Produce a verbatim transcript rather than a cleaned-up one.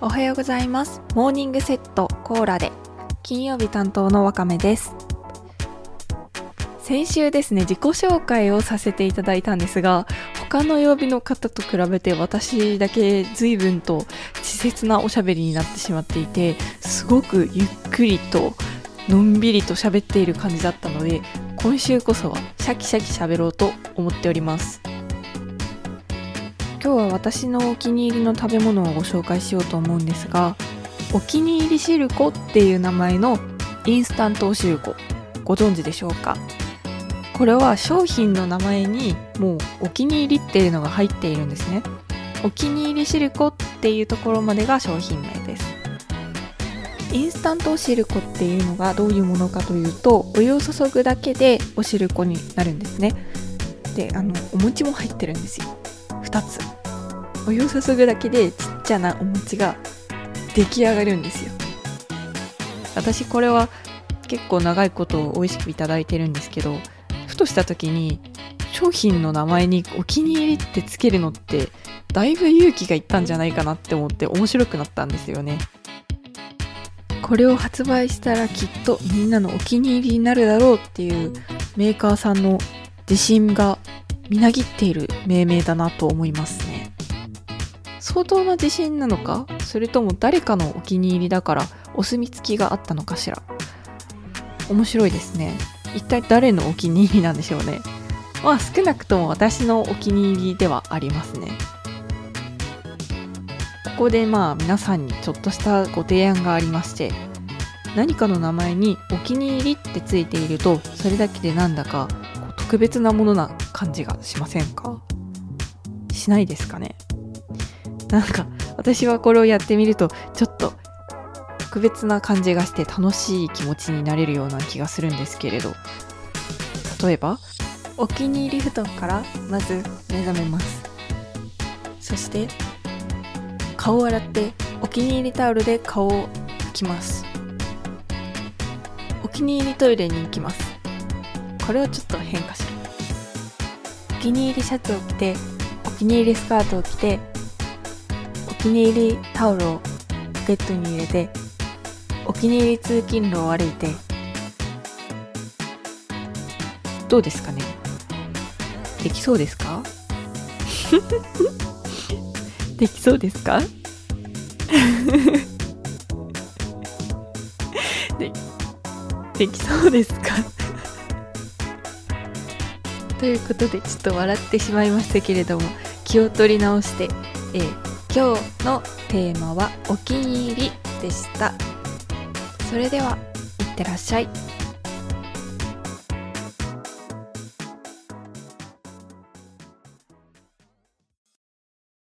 おはようございます。モーニングセットコーラで金曜日担当のわかめです。先週ですね、自己紹介をさせていただいたんですが、他の曜日の方と比べて私だけ随分と稚拙なおしゃべりになってしまっていて、すごくゆっくりとのんびりと喋っている感じだったので、今週こそはシャキシャキ喋ろうと思っております。今日は私のお気に入りの食べ物をご紹介しようと思うんですが、お気に入りしるこっていう名前のインスタントおしるこ、ご存知でしょうか？これは商品の名前にもうお気に入りっていうのが入っているんですね。お気に入りしるこっていうところまでが商品名です。インスタントおしるこっていうのがどういうものかというと、お湯を注ぐだけでおしるこになるんですね。で、あのお餅も入ってるんですよ。ふたつ。お湯を注ぐだけでちっちゃなお餅が出来上がるんですよ。私これは結構長いこと美味しくいただいてるんですけど、ふとした時に商品の名前にお気に入りってつけるのってだいぶ勇気がいったんじゃないかなって思って面白くなったんですよね。これを発売したらきっとみんなのお気に入りになるだろうっていうメーカーさんの自信がみなぎっている命名だなと思いますね。相当な自信なのか、それとも誰かのお気に入りだからお墨付きがあったのかしら。面白いですね。一体誰のお気に入りなんでしょうね。まあ少なくとも私のお気に入りではありますね。ここでまあ皆さんにちょっとしたご提案がありまして、何かの名前にお気に入りってついていると、それだけでなんだかこう特別なものな感じがしませんか？しないですかね。なんか私はこれをやってみるとちょっと特別な感じがして楽しい気持ちになれるような気がするんですけれど、例えばお気に入り布団からまず目覚めます。そして顔を洗ってお気に入りタオルで顔を拭きます。お気に入りトイレに行きます。これはちょっと変かしら。お気に入りシャツを着て、お気に入りスカートを着て、お気に入りタオルをポケットに入れて、お気に入り通勤路を歩いて、どうですかね？できそうですか？できそうですか？で、できそうですか？ということでちょっと笑ってしまいましたけれども、気を取り直して、えー、今日のテーマはお気に入りでした。それではいってらっしゃい。